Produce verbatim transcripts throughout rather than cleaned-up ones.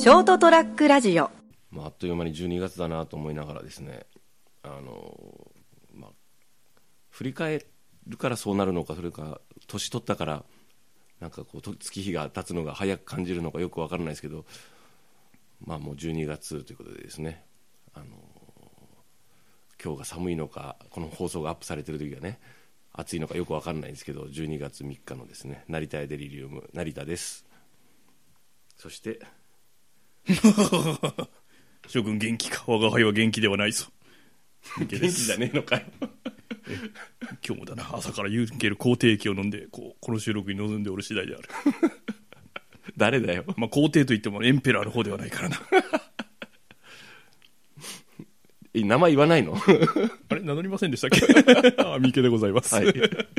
ショートトラックラジオ、 まあ、あっという間にじゅうにがつだなと思いながらですね、あの、まあ、振り返るからそうなるのか、それか年取ったからなんかこう月日が経つのが早く感じるのかよく分からないですけど、まあもうじゅうにがつということでですね、あの今日が寒いのか、この放送がアップされてる時がね暑いのかよく分からないんですけど、じゅうにがつみっかのですね、成田屋デリリウム成田です。そして諸君元気か。我が輩は元気ではないぞ。 元気じゃねえのかよ今日もだな、朝からユンケル肯定液を飲んでこうこの収録に臨んでおる次第である誰だよ。 まあ肯定といってもエンペラーの方ではないからな名前言わないのあれ名乗りませんでしたっけあ、三池でございます、はい、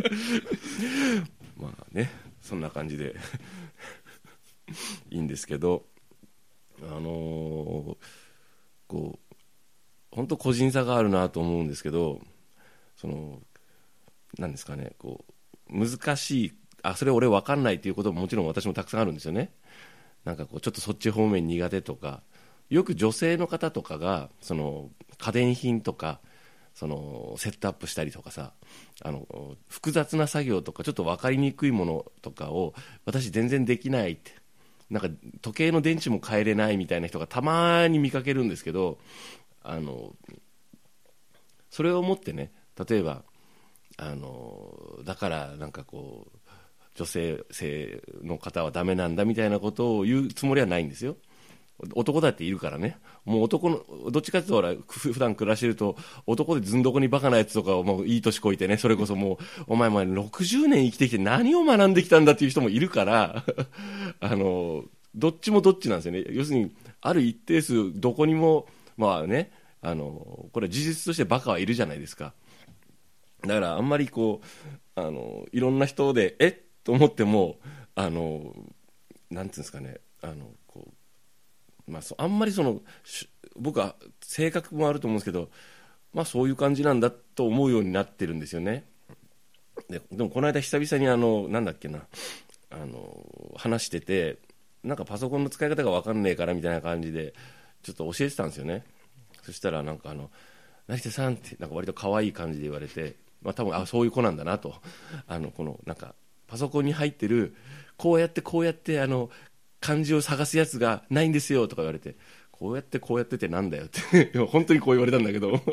まあね、そんな感じでいいんですけど、あのー、こう本当個人差があるなと思うんですけど、そのなんですかね、こう難しい、あ、それ俺分かんないっていうことももちろん私もたくさんあるんですよね。なんかこうちょっとそっち方面苦手とか、よく女性の方とかがその家電品とかそのセットアップしたりとかさ、あの複雑な作業とかちょっと分かりにくいものとかを私全然できないって、なんか時計の電池も変えれないみたいな人がたまに見かけるんですけど、あのそれをもってね、例えばあのだからなんかこう女性性の方はダメなんだみたいなことを言うつもりはないんですよ。男だっているからね。もう男のどっちかっていうとほら普段暮らしてると男でずんどこにバカなやつとかをもういい年こいてね、それこそもうお前前ろくじゅうねん生きてきて何を学んできたんだっていう人もいるからあのどっちもどっちなんですよね。要するにある一定数どこにもまあね、あのこれは事実としてバカはいるじゃないですか。だからあんまりこうあのいろんな人でえっと思っても、あのなんていうんですかね、あのこう、まあ、あんまりその僕は性格もあると思うんですけど、まあ、そういう感じなんだと思うようになってるんですよね。で, でもこの間久々にあのなんだっけなあの話してて、なんかパソコンの使い方が分かんねえからみたいな感じでちょっと教えてたんですよね。そしたらなんかあの成田さんってなんか割と可愛い感じで言われて、まあ、多分あそういう子なんだなと、あのこのなんかパソコンに入ってるこうやってこうやってあの漢字を探すやつがないんですよとか言われて、こうやってこうやってってなんだよって本当にこう言われたんだけど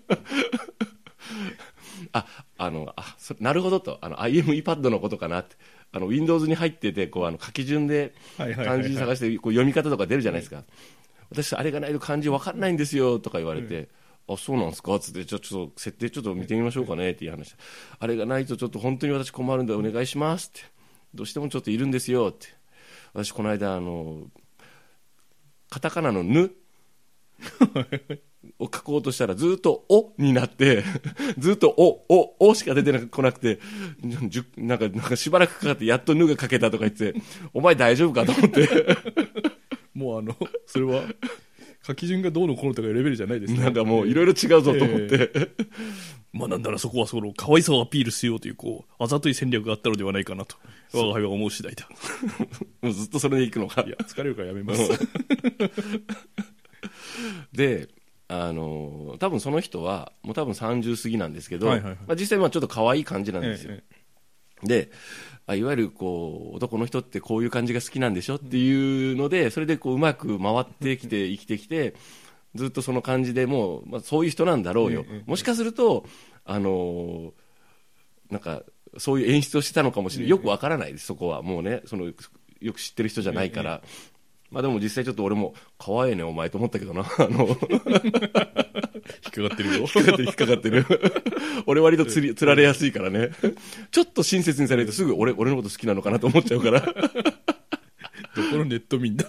ああのあそなるほどと、あの アイエムイーパッド のことかなって、あの Windows に入っててこうあの書き順で漢字探してこう読み方とか出るじゃないですか。私あれがないと漢字分かんないんですよとか言われて、うん、あそうなんですかつって、ちょっと設定ちょっと見てみましょうかねっていう話、あれがないとちょっと本当に私困るんでお願いしますって、どうしてもちょっといるんですよって。私この間あのカタカナのぬを書こうとしたらずっとおになってずっとおおおしか出てこなくて、なんかなんかしばらくかかってやっとぬが書けたとか言って、お前大丈夫かと思ってもうあのそれは書き順がどうのこうのとかいうレベルじゃないですね。 なんかもういろいろ違うぞと思って、えー、 まあなんだらそこはその可愛さをアピールしようというこうあざとい戦略があったのではないかなと我が輩は思う次第だ。 もうずっとそれでいくのか。 いや疲れるからやめますであの多分その人はもう多分さんじゅう過ぎなんですけど、はいはいはい、まあ、実際まあちょっと可愛い感じなんですよ、ええ、であいわゆるこう男の人ってこういう感じが好きなんでしょっていうので、それでこううまく回ってきて生きてきてずっとその感じでもう、まあ、そういう人なんだろうよ、もしかするとあのなんかそういう演出をしてたのかもしれない、よくわからないです。そこはもうね、そのよく知ってる人じゃないから、まあ、でも実際ちょっと俺も可愛いねお前と思ったけどな、あの引っかかってるよ引っかかってる引っかかってる俺割とつりつられやすいからね、ちょっと親切にされるとすぐ 俺, 俺のこと好きなのかなと思っちゃうからどこのネット民だ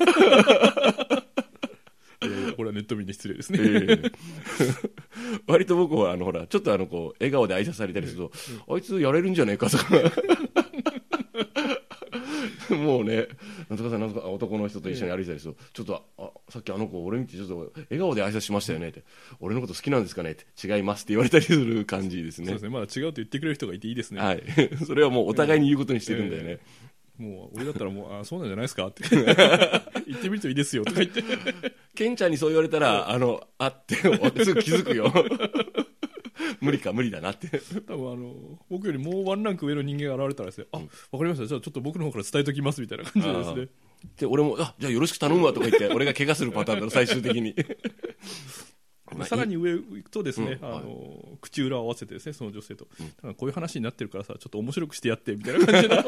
えー、これはネット民に失礼ですね、えー、 割と僕はあのほらちょっとあのこう笑顔で挨拶されたりすると、うん、あいつやれるんじゃねえかとかもうね、なんとかさんなんとか男の人と一緒に歩いたりすると、えー、ちょっとあさっきあの子俺見てちょっと笑顔で挨拶しましたよねって、俺のこと好きなんですかねって違いますって言われたりする感じですね。 そうですね、まだ違うと言ってくれる人がいていいですね。 はいそれはもうお互いに言うことにしてるんだよね、 えーえもう俺だったらもうあそうなんじゃないですかって言ってみるといいですよとか言ってケンちゃんにそう言われたら、あのあってすぐ気づくよ無理か無理だなって多分あの僕よりもうワンランク上の人間が現れたらですね、あ、わかりました、じゃあちょっと僕の方から伝えときますみたいな感じでですね、 で俺もあじゃあよろしく頼むわとか言って俺が怪我するパターンだろ最終的にまあ、さらに上行くとですね、 うん、 あの、はい、口裏を合わせてですねその女性と、 うん、 こういう話になってるからさちょっと面白くしてやってみたいな感じの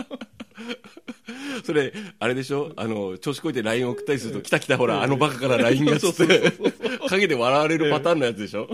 それあれでしょ、あの調子こいて ライン 送ったりすると、来た来たほら、あのバカから ライン がつって陰で笑われるパターンのやつでしょ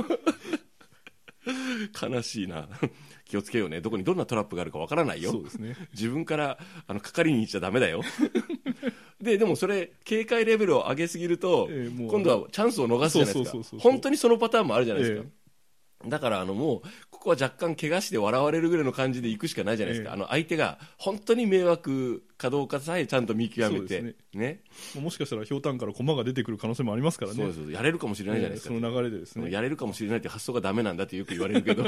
悲しいな気をつけようね、どこにどんなトラップがあるかわからないよ。 そうですね、 自分からあのかかりに行っちゃダメだよででもそれ警戒レベルを上げすぎると、えー、今度はチャンスを逃すじゃないですか。本当にそのパターンもあるじゃないですか、えー、だからあのもうここは若干怪我して笑われるぐらいの感じで行くしかないじゃないですか、えー、あの相手が本当に迷惑かどうかさえちゃんと見極めて、ねね、 もしかしたらひょうたんから駒が出てくる可能性もありますからね。 そうです、やれるかもしれないじゃないですか、 えー、その流れでですね、 やれるかもしれないって発想がダメなんだってよく言われるけど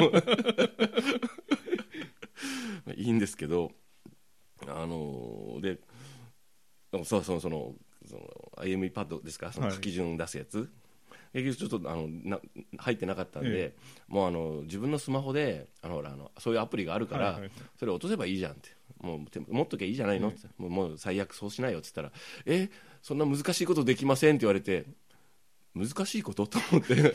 いいんですけど、あのー、でそうそうそのその アイエムイー パッドですか、その書き順出すやつ、はい、結局ちょっとあのな入ってなかったんで、ええ、もうあの自分のスマホであのほらあのそういうアプリがあるから、はいはいはい、それ落とせばいいじゃんって、もう持っときゃいいじゃないのって、ええ、もう、もう最悪そうしないよって言ったら、えそんな難しいことできませんって言われて、難しいことと思って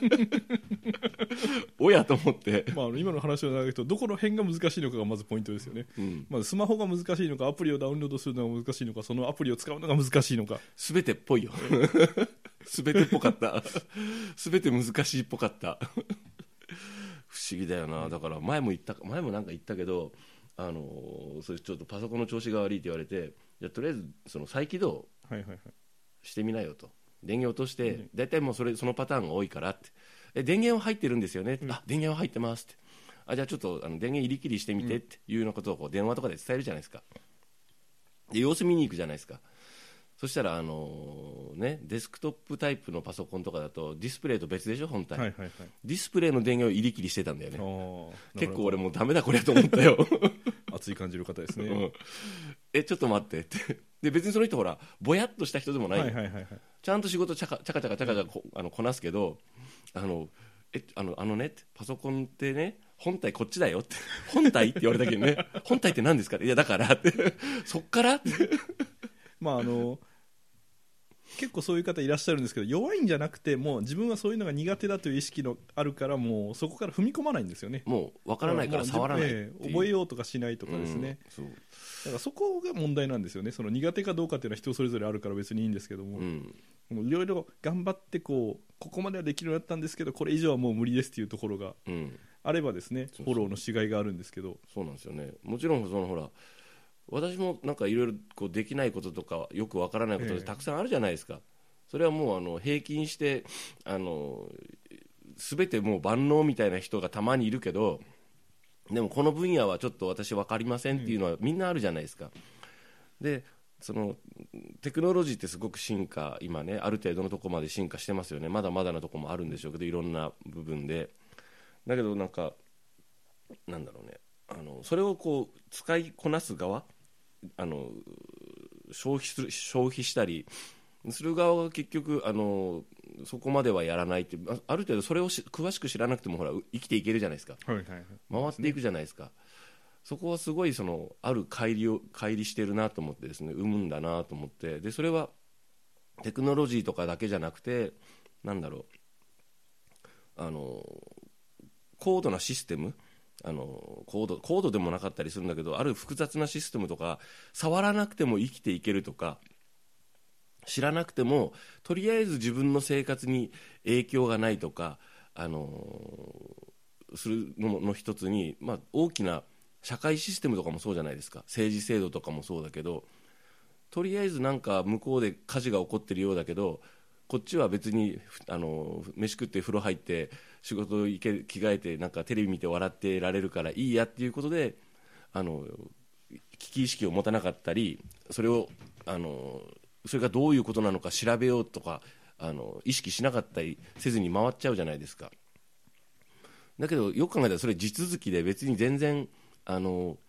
おやと思って、 まあ、今の話を長いとどこの辺が難しいのかがまずポイントですよね、うん、まずスマホが難しいのかアプリをダウンロードするのが難しいのかそのアプリを使うのが難しいのか、 全てっぽいよ全てっぽかった全て難しいっぽかった不思議だよな。だから前も言った前もなんか言ったけど、あのそれちょっとパソコンの調子が悪いって言われて、じゃとりあえずその再起動してみなよと、電源落として大体もうそれそのパターンが多いからって、え電源は入ってるんですよね、うん、あ電源は入ってますって、あじゃあちょっとあの電源入り切りしてみてっていうようなことをこう電話とかで伝えるじゃないですか。で様子見に行くじゃないですか。そしたらあの、ね、デスクトップタイプのパソコンとかだとディスプレイと別でしょ本体、はいはいはい、ディスプレイの電源を入り切りしてたんだよね。結構俺もうダメだこれと思ったよ熱い感じる方ですね、 うん、えちょっと待ってってで別にその人ほらぼやっとした人でもない、はいはいはいはい、ちゃんと仕事ちゃかちゃかちゃかちゃかちゃかこ、あのこなすけど、あのえあのあのねパソコンってね本体こっちだよって本体って言われたけどね本体って何ですか、いやだからってそっからってまああの結構そういう方いらっしゃるんですけど、弱いんじゃなくてもう自分はそういうのが苦手だという意識のあるから、もうそこから踏み込まないんですよね。 もう分からないから触らない、 えー、覚えようとかしないとかですね、うん、そうだからそこが問題なんですよね。その苦手かどうかっていうのは人それぞれあるから別にいいんですけども、いろいろ頑張ってこうここまではできるようになったんですけどこれ以上はもう無理ですっていうところがあればですね、うん、フォローのしがいがあるんですけど、 そうなんですよね。もちろんそのほら私もなんかいろいろできないこととかよくわからないことでたくさんあるじゃないですか、えー、それはもうあの平均してあの全てもう万能みたいな人がたまにいるけど、でもこの分野はちょっと私分かりませんっていうのはみんなあるじゃないですか。でそのテクノロジーってすごく進化今ねある程度のところまで進化してますよね。まだまだなところもあるんでしょうけどいろんな部分で、だけどなんかなんだろうね、あのそれをこう使いこなす側、あの消費する消費したりする側が結局あのそこまではやらないって、あ, ある程度それをし詳しく知らなくてもほら生きていけるじゃないですか、はいはいはい、回っていくじゃないですか。そこはすごいそのある乖離を乖離してるなと思ってですね、生むんだなと思って、でそれはテクノロジーとかだけじゃなくてなんだろう、あの高度なシステム、あの高度、高度でもなかったりするんだけど、ある複雑なシステムとか触らなくても生きていけるとか、知らなくてもとりあえず自分の生活に影響がないとか、あのするのの一つに、まあ、大きな社会システムとかもそうじゃないですか。政治制度とかもそうだけど、とりあえずなんか向こうで火事が起こってるようだけどこっちは別にあの飯食って風呂入って仕事行け着替えてなんかテレビ見て笑ってられるからいいやっていうことで、あの危機意識を持たなかったり、それをあのそれがどういうことなのか調べようとかあの意識しなかったりせずに回っちゃうじゃないですか。だけどよく考えたらそれ地続きで別に全然あの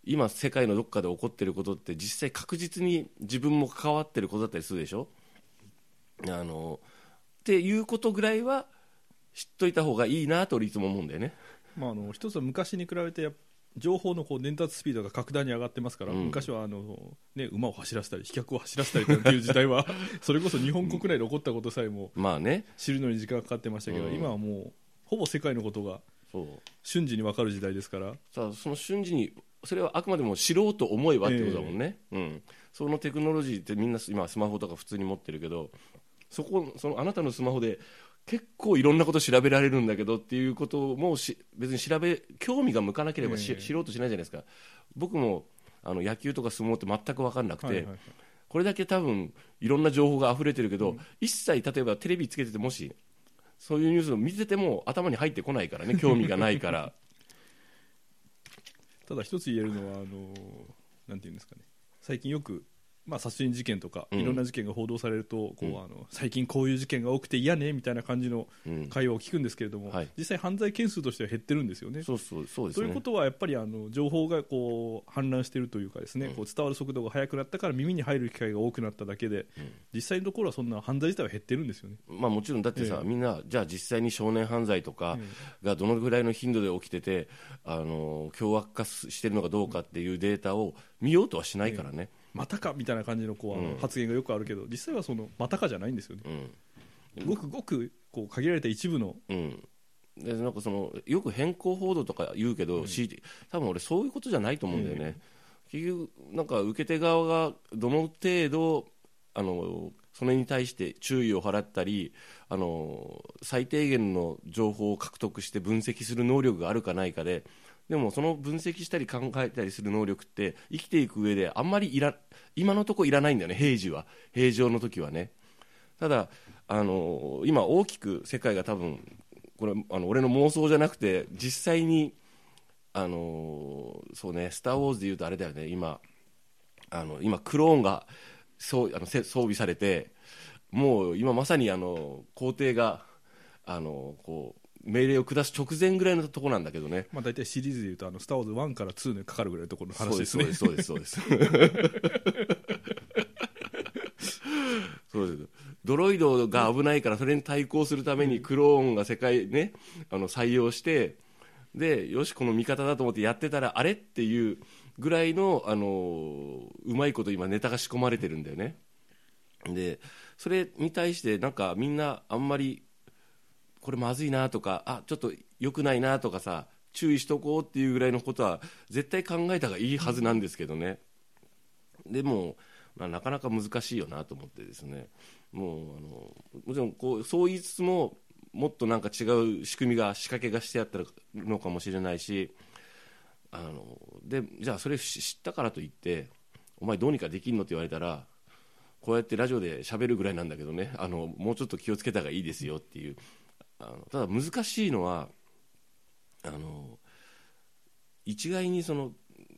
今世界のどっかで起こってることって実際確実に自分も関わってることだったりするでしょ。あのっていうことぐらいは知っといた方がいいなと俺いつも思うんだよね。 まあ、あの一つは昔に比べて情報のこう伝達スピードが格段に上がってますから、うん、昔はあの、ね、馬を走らせたり飛脚を走らせたりという時代はそれこそ日本国内で起こったことさえも知るのに時間がかかってましたけど、まあね、今はもうほぼ世界のことが瞬時に分かる時代ですから。 さあその瞬時にそれはあくまでも知ろうと思えばってことだもんね、えーうん、そのテクノロジーってみんな今スマホとか普通に持ってるけど、そこそのあなたのスマホで結構いろんなこと調べられるんだけどっていうこともし別に調べ興味が向かなければし、えー、知ろうとしないじゃないですか。僕もあの野球とか相撲って全く分かんなくて、はいはいはい、これだけ多分いろんな情報が溢れてるけど、うん、一切例えばテレビつけててもしそういうニュースを見てても頭に入ってこないからね、興味がないからただ一つ言えるのはあのなんていうんですかね、最近よく、まあ、殺人事件とかいろんな事件が報道されると、うん、こうあの最近こういう事件が多くて嫌ねみたいな感じの会話を聞くんですけれども、うんはい、実際犯罪件数としては減ってるんですよね。 そうそうそうですね。 ということはやっぱりあの情報がこう氾濫しているというかですね、うん、こう伝わる速度が速くなったから耳に入る機会が多くなっただけで、うん、実際のところはそんな犯罪自体は減ってるんですよね。 まあ、もちろんだってさ、えー、みんなじゃあ実際に少年犯罪とかがどのぐらいの頻度で起きてて、あの凶悪化してるのかどうかっていうデータを見ようとはしないからね、 えーまたかみたいな感じのこう、あの発言がよくあるけど、実際はそのまたかじゃないんですよね、うん、ごくごくこう限られた一部の、 うん、でなんかそのよく偏向報道とか言うけど、うん、多分俺そういうことじゃないと思うんだよね、うん、結局なんか受け手側がどの程度あのそれに対して注意を払ったり、あの最低限の情報を獲得して分析する能力があるかないかで、でもその分析したり考えたりする能力って生きていく上であんまりいら今のところいらないんだよね。平時は平常の時はね。ただあの今大きく世界が多分これあの俺の妄想じゃなくて実際にあのそうね、スター・ウォーズでいうとあれだよね、今あの今クローンがそうあの装備されて、もう今まさにあの皇帝があのこう命令を下す直前ぐらいのところなんだけどね、 まあ、大体シリーズでいうとあのスター・ウォーズワンからツーにかかるぐらいのところの話ですね。 そうですそうですそうですそうです。ドロイドが危ないからそれに対抗するためにクローンが世界ねあの採用して、でよしこの味方だと思ってやってたらあれっていうぐらいの、あのうまいこと今ネタが仕込まれてるんだよね。でそれに対してなんかみんなあんまりこれまずいなとか、あちょっと良くないなとかさ、注意しとこうっていうぐらいのことは絶対考えた方がいいはずなんですけどね。でも、まあ、なかなか難しいよなと思ってですね、もうあのもちろんこうそう言いつつももっとなんか違う仕組みが仕掛けがしてあったのかもしれないし、あのでじゃあそれ知ったからといってお前どうにかできんのって言われたら、こうやってラジオで喋るぐらいなんだけどね、あのもうちょっと気をつけた方がいいですよっていう。あのただ難しいのはあの一概にその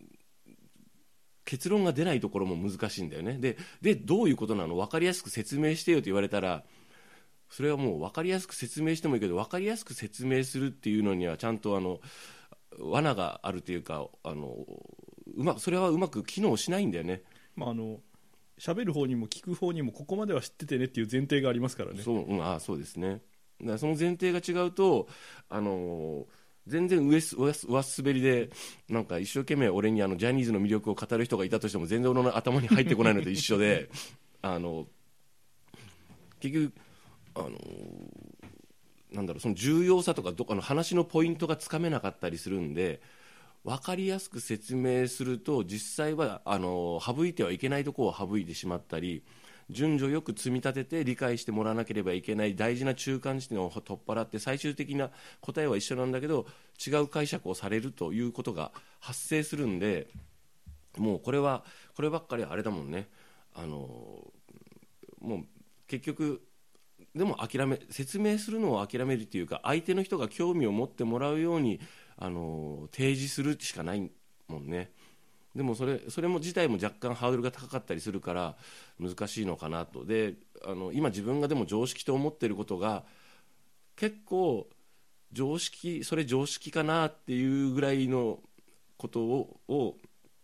結論が出ないところも難しいんだよね。で、でどういうことなの、分かりやすく説明してよと言われたら、それはもう分かりやすく説明してもいいけど、分かりやすく説明するっていうのにはちゃんとあの罠があるというか、あのうまそれはうまく機能しないんだよね。 まああの喋る方にも聞く方にもここまでは知っててねっていう前提がありますからね。 そう、うん、あそうですね。だからその前提が違うと、あの全然上す上す上滑りでなんか一生懸命俺にあのジャニーズの魅力を語る人がいたとしても全然俺の頭に入ってこないのと一緒であの結局あのなんだろう、その重要さとかどあの話のポイントがつかめなかったりするんで、分かりやすく説明すると実際はあの省いてはいけないところを省いてしまったり、順序よく積み立てて理解してもらわなければいけない大事な中間地点を取っ払って、最終的な答えは一緒なんだけど違う解釈をされるということが発生するんで、もうこれはこればっかりはあれだもんね、あのもう結局でも諦め説明するのを諦めるっていうか、相手の人が興味を持ってもらうようにあの提示するしかないもんね。でもそれ、それも自体も若干ハードルが高かったりするから難しいのかなと。であの今自分がでも常識と思っていることが結構常識それ常識かなっていうぐらいのことを、を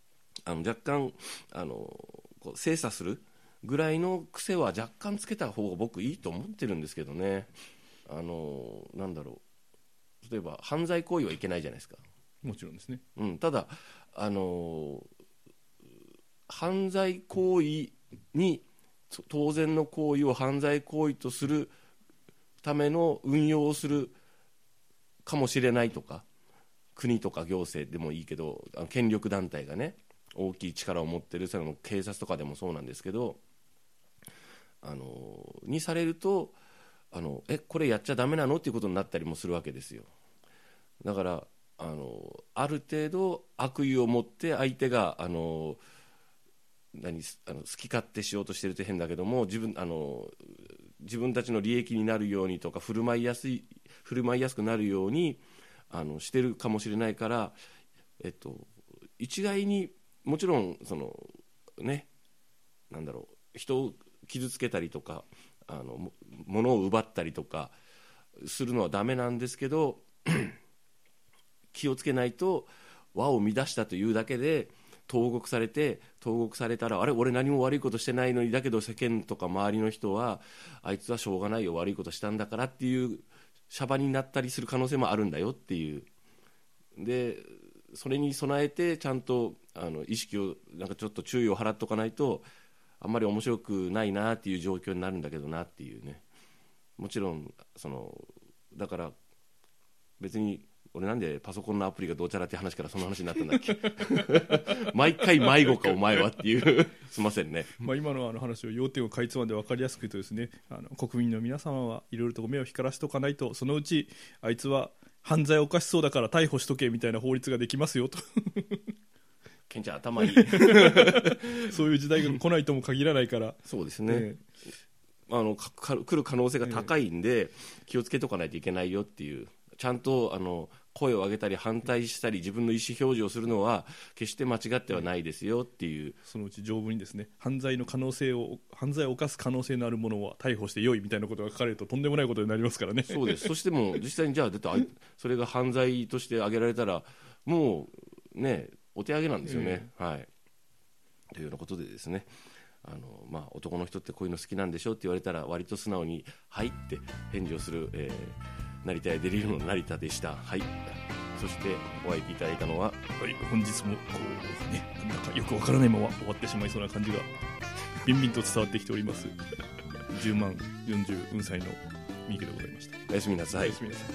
あの若干あのこう精査するぐらいの癖は若干つけた方が僕いいと思ってるんですけどね。あのなんだろう、例えば犯罪行為はいけないじゃないですか。 もちろんですね、 うん、ただあの犯罪行為に当然の行為を犯罪行為とするための運用をするかもしれないとか、国とか行政でもいいけど権力団体がね大きい力を持ってる、それも警察とかでもそうなんですけど、あのにされるとあのえこれやっちゃダメなのっていうことになったりもするわけですよ。だからあのある程度悪意を持って相手があの何あの好き勝手しようとしてると変だけども、自分あの自分たちの利益になるようにとか振る舞いやすい振る舞いやすくなるようにあのしてるかもしれないから、えっと、一概にもちろんそのねなんだろう人を傷つけたりとかあの物を奪ったりとかするのはダメなんですけど気をつけないと和を乱したというだけで投獄されて投獄されたらあれ俺何も悪いことしてないのに、だけど世間とか周りの人はあいつはしょうがないよ悪いことしたんだからっていうシャバになったりする可能性もあるんだよっていう。でそれに備えてちゃんとあの意識をなんかちょっと注意を払っとかないとあんまり面白くないなっていう状況になるんだけどなっていうね。もちろんそのだから別に俺なんでパソコンのアプリがどうちゃらって話からその話になったんだっけ毎回迷子かお前はっていうすいませんね、 まあ、今のあの話を要点をかいつまんで分かりやすく言うとですね、あの国民の皆様はいろいろと目を光らしておかないとそのうちあいつは犯罪を犯しそうだから逮捕しとけみたいな法律ができますよとケンちゃん頭いいそういう時代が来ないとも限らないからそうですね、えー、あのかか来る可能性が高いんで、えー、気をつけとかないといけないよっていう、ちゃんとあの声を上げたり反対したり自分の意思表示をするのは決して間違ってはないですよっていう、 そのうち条文にですね犯罪の可能性を犯罪を犯す可能性のあるものは逮捕してよいみたいなことが書かれるととんでもないことになりますからね。 そうです。そしても実際にじゃあだってそれが犯罪として挙げられたらもうねお手上げなんですよね、えー、はいというようなことでですね、あの、まあ、男の人ってこういうの好きなんでしょって言われたら割と素直にはいって返事をする、えー、成田やデリルの成田でした。はい。そしてお会いいただいたのは、 はい、本日もこうねなんかよくわからないまま終わってしまいそうな感じがビンビンと伝わってきておりますじゅうまんよんじゅううんさいの三池でございました。 おやすみなさい。 おやすみなさい。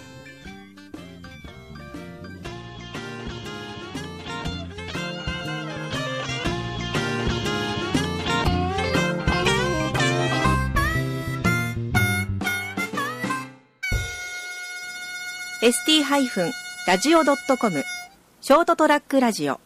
エスティー ラジオ ドットコム ショートトラックラジオ